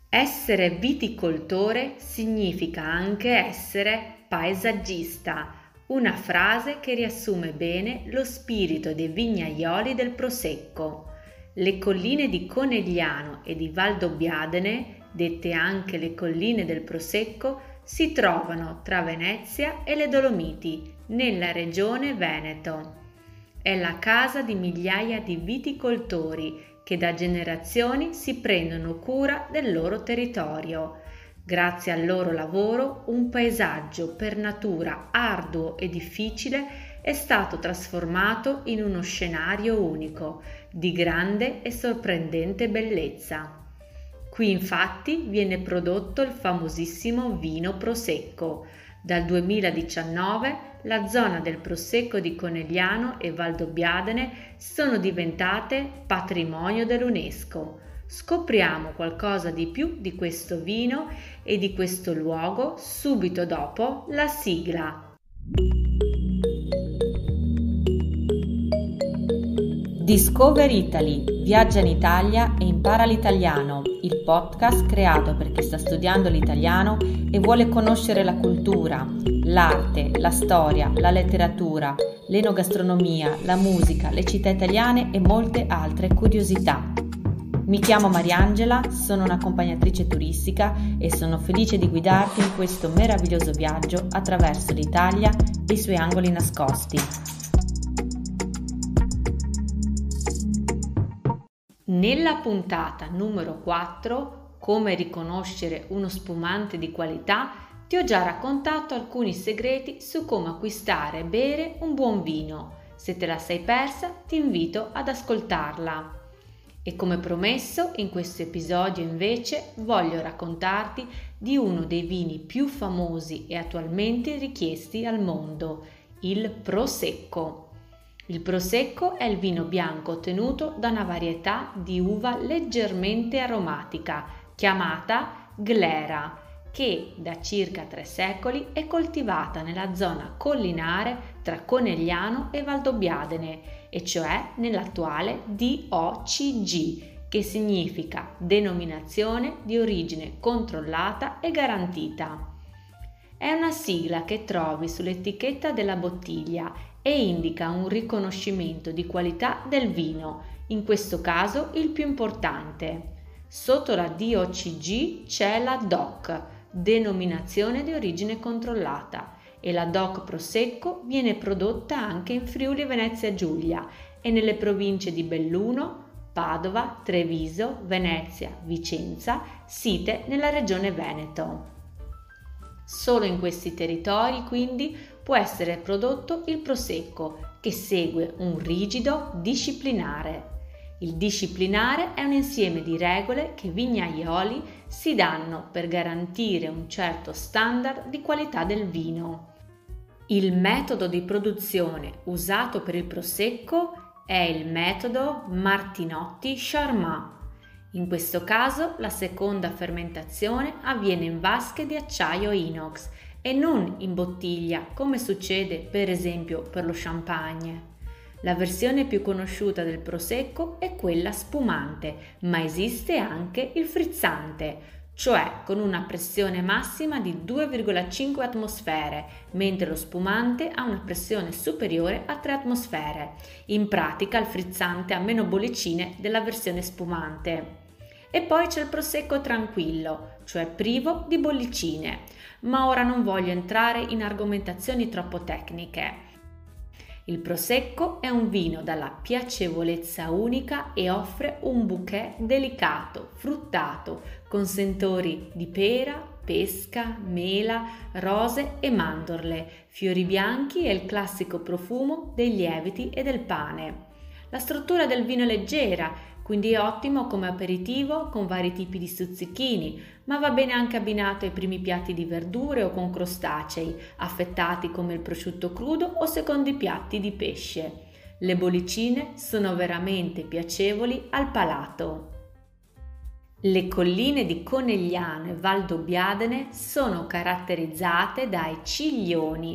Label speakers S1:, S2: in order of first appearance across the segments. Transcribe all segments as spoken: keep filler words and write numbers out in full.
S1: Essere viticoltore significa anche essere paesaggista, una frase che riassume bene lo spirito dei vignaioli del Prosecco. Le colline di Conegliano e di Valdobbiadene, dette anche le colline del Prosecco, si trovano tra Venezia e le Dolomiti, nella regione Veneto. È la casa di migliaia di viticoltori che da generazioni si prendono cura del loro territorio. Grazie al loro lavoro, un paesaggio per natura arduo e difficile è stato trasformato in uno scenario unico, di grande e sorprendente bellezza. Qui infatti viene prodotto il famosissimo vino Prosecco. Dal duemiladiciannove la zona del Prosecco di Conegliano e Valdobbiadene sono diventate patrimonio dell'UNESCO. Scopriamo qualcosa di più di questo vino e di questo luogo subito dopo la sigla.
S2: Discover Italy, viaggia in Italia e impara l'italiano, il podcast creato per chi sta studiando l'italiano e vuole conoscere la cultura, l'arte, la storia, la letteratura, l'enogastronomia, la musica, le città italiane e molte altre curiosità. Mi chiamo Mariangela, sono un'accompagnatrice turistica e sono felice di guidarti in questo meraviglioso viaggio attraverso l'Italia e i suoi angoli nascosti.
S1: Nella puntata numero quattro, come riconoscere uno spumante di qualità, ti ho già raccontato alcuni segreti su come acquistare e bere un buon vino. Se te la sei persa, ti invito ad ascoltarla. E come promesso, in questo episodio invece voglio raccontarti di uno dei vini più famosi e attualmente richiesti al mondo, il Prosecco. Il Prosecco è il vino bianco ottenuto da una varietà di uva leggermente aromatica, chiamata glera, che da circa tre secoli è coltivata nella zona collinare tra Conegliano e Valdobbiadene, e cioè nell'attuale D O C G, che significa Denominazione di origine controllata e garantita. È una sigla che trovi sull'etichetta della bottiglia e indica un riconoscimento di qualità del vino, in questo caso il più importante. Sotto la D O C G c'è la D O C, Denominazione di origine controllata, e la D O C Prosecco viene prodotta anche in Friuli Venezia Giulia e nelle province di Belluno, Padova, Treviso, Venezia, Vicenza, site nella regione Veneto. Solo in questi territori, quindi, può essere prodotto il Prosecco, che segue un rigido disciplinare. Il disciplinare è un insieme di regole che i vignaioli si danno per garantire un certo standard di qualità del vino. Il metodo di produzione usato per il Prosecco è il metodo Martinotti-Charmat. In questo caso la seconda fermentazione avviene in vasche di acciaio inox e non in bottiglia, come succede per esempio per lo champagne. La versione più conosciuta del Prosecco è quella spumante, ma esiste anche il frizzante, cioè con una pressione massima di due virgola cinque atmosfere, mentre lo spumante ha una pressione superiore a tre atmosfere. In pratica il frizzante ha meno bollicine della versione spumante. E poi c'è il Prosecco tranquillo, cioè privo di bollicine. Ma ora non voglio entrare in argomentazioni troppo tecniche. Il Prosecco è un vino dalla piacevolezza unica e offre un bouquet delicato, fruttato, con sentori di pera, pesca, mela, rose e mandorle, fiori bianchi e il classico profumo dei lieviti e del pane. La struttura del vino è leggera, quindi è ottimo come aperitivo con vari tipi di stuzzichini, ma va bene anche abbinato ai primi piatti di verdure o con crostacei, affettati come il prosciutto crudo o secondo i piatti di pesce. Le bollicine sono veramente piacevoli al palato. Le colline di Conegliano e Valdobbiadene sono caratterizzate dai ciglioni,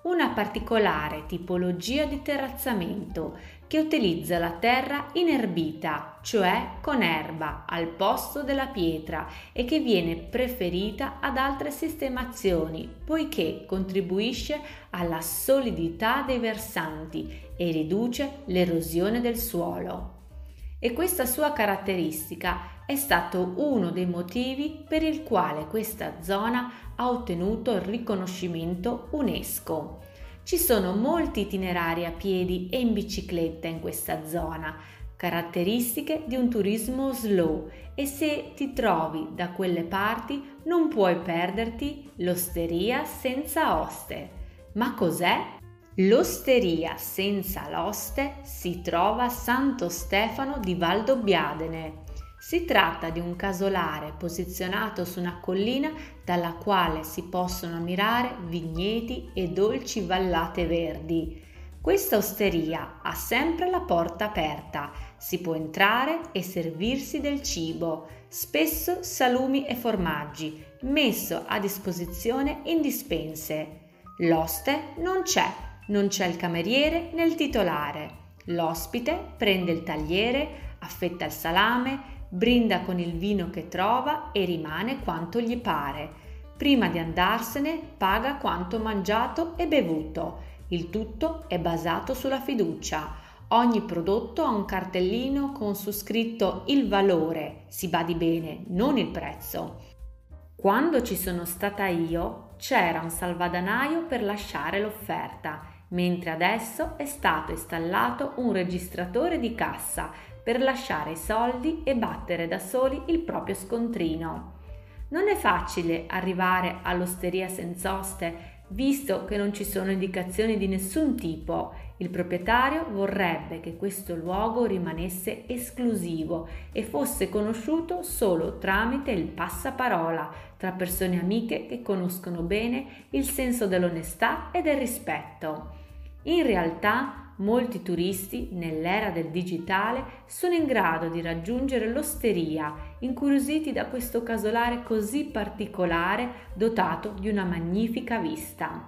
S1: una particolare tipologia di terrazzamento che utilizza la terra inerbita, cioè con erba, al posto della pietra e che viene preferita ad altre sistemazioni poiché contribuisce alla solidità dei versanti e riduce l'erosione del suolo. E questa sua caratteristica è stato uno dei motivi per il quale questa zona ha ottenuto il riconoscimento UNESCO. Ci sono molti itinerari a piedi e in bicicletta in questa zona, caratteristiche di un turismo slow, e se ti trovi da quelle parti non puoi perderti l'Osteria senza oste. Ma cos'è? L'Osteria senza l'oste si trova a Santo Stefano di Valdobbiadene. Si tratta di un casolare posizionato su una collina dalla quale si possono ammirare vigneti e dolci vallate verdi. Questa osteria ha sempre la porta aperta, si può entrare e servirsi del cibo, spesso salumi e formaggi, messo a disposizione in dispense. L'oste non c'è, non c'è il cameriere né il titolare. L'ospite prende il tagliere, affetta il salame, brinda con il vino che trova e rimane quanto gli pare. Prima di andarsene paga quanto mangiato e bevuto. Il tutto è basato sulla fiducia. Ogni prodotto ha un cartellino con su scritto il valore, si badi bene, non il prezzo. Quando ci sono stata io c'era un salvadanaio per lasciare l'offerta, mentre adesso è stato installato un registratore di cassa per lasciare i soldi e battere da soli il proprio scontrino. Non è facile arrivare all'osteria senza oste, visto che non ci sono indicazioni di nessun tipo. Il proprietario vorrebbe che questo luogo rimanesse esclusivo e fosse conosciuto solo tramite il passaparola tra persone amiche che conoscono bene il senso dell'onestà e del rispetto. In realtà, molti turisti, nell'era del digitale, sono in grado di raggiungere l'osteria, incuriositi da questo casolare così particolare, dotato di una magnifica vista.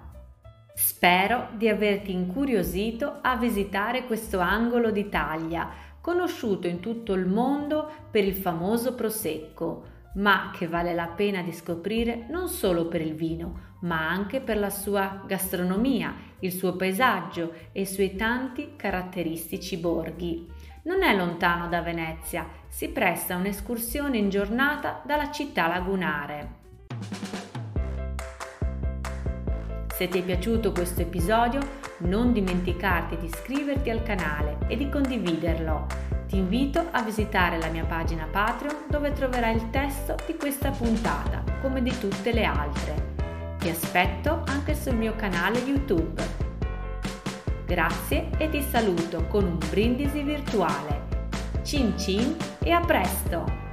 S1: Spero di averti incuriosito a visitare questo angolo d'Italia, conosciuto in tutto il mondo per il famoso prosecco, ma che vale la pena di scoprire non solo per il vino, ma anche per la sua gastronomia, il suo paesaggio e i suoi tanti caratteristici borghi. Non è lontano da Venezia, si presta a un'escursione in giornata dalla città lagunare. Se ti è piaciuto questo episodio, non dimenticarti di iscriverti al canale e di condividerlo. Ti invito a visitare la mia pagina Patreon, dove troverai il testo di questa puntata, come di tutte le altre. Ti aspetto anche sul mio canale YouTube. Grazie e ti saluto con un brindisi virtuale. Cin cin e a presto!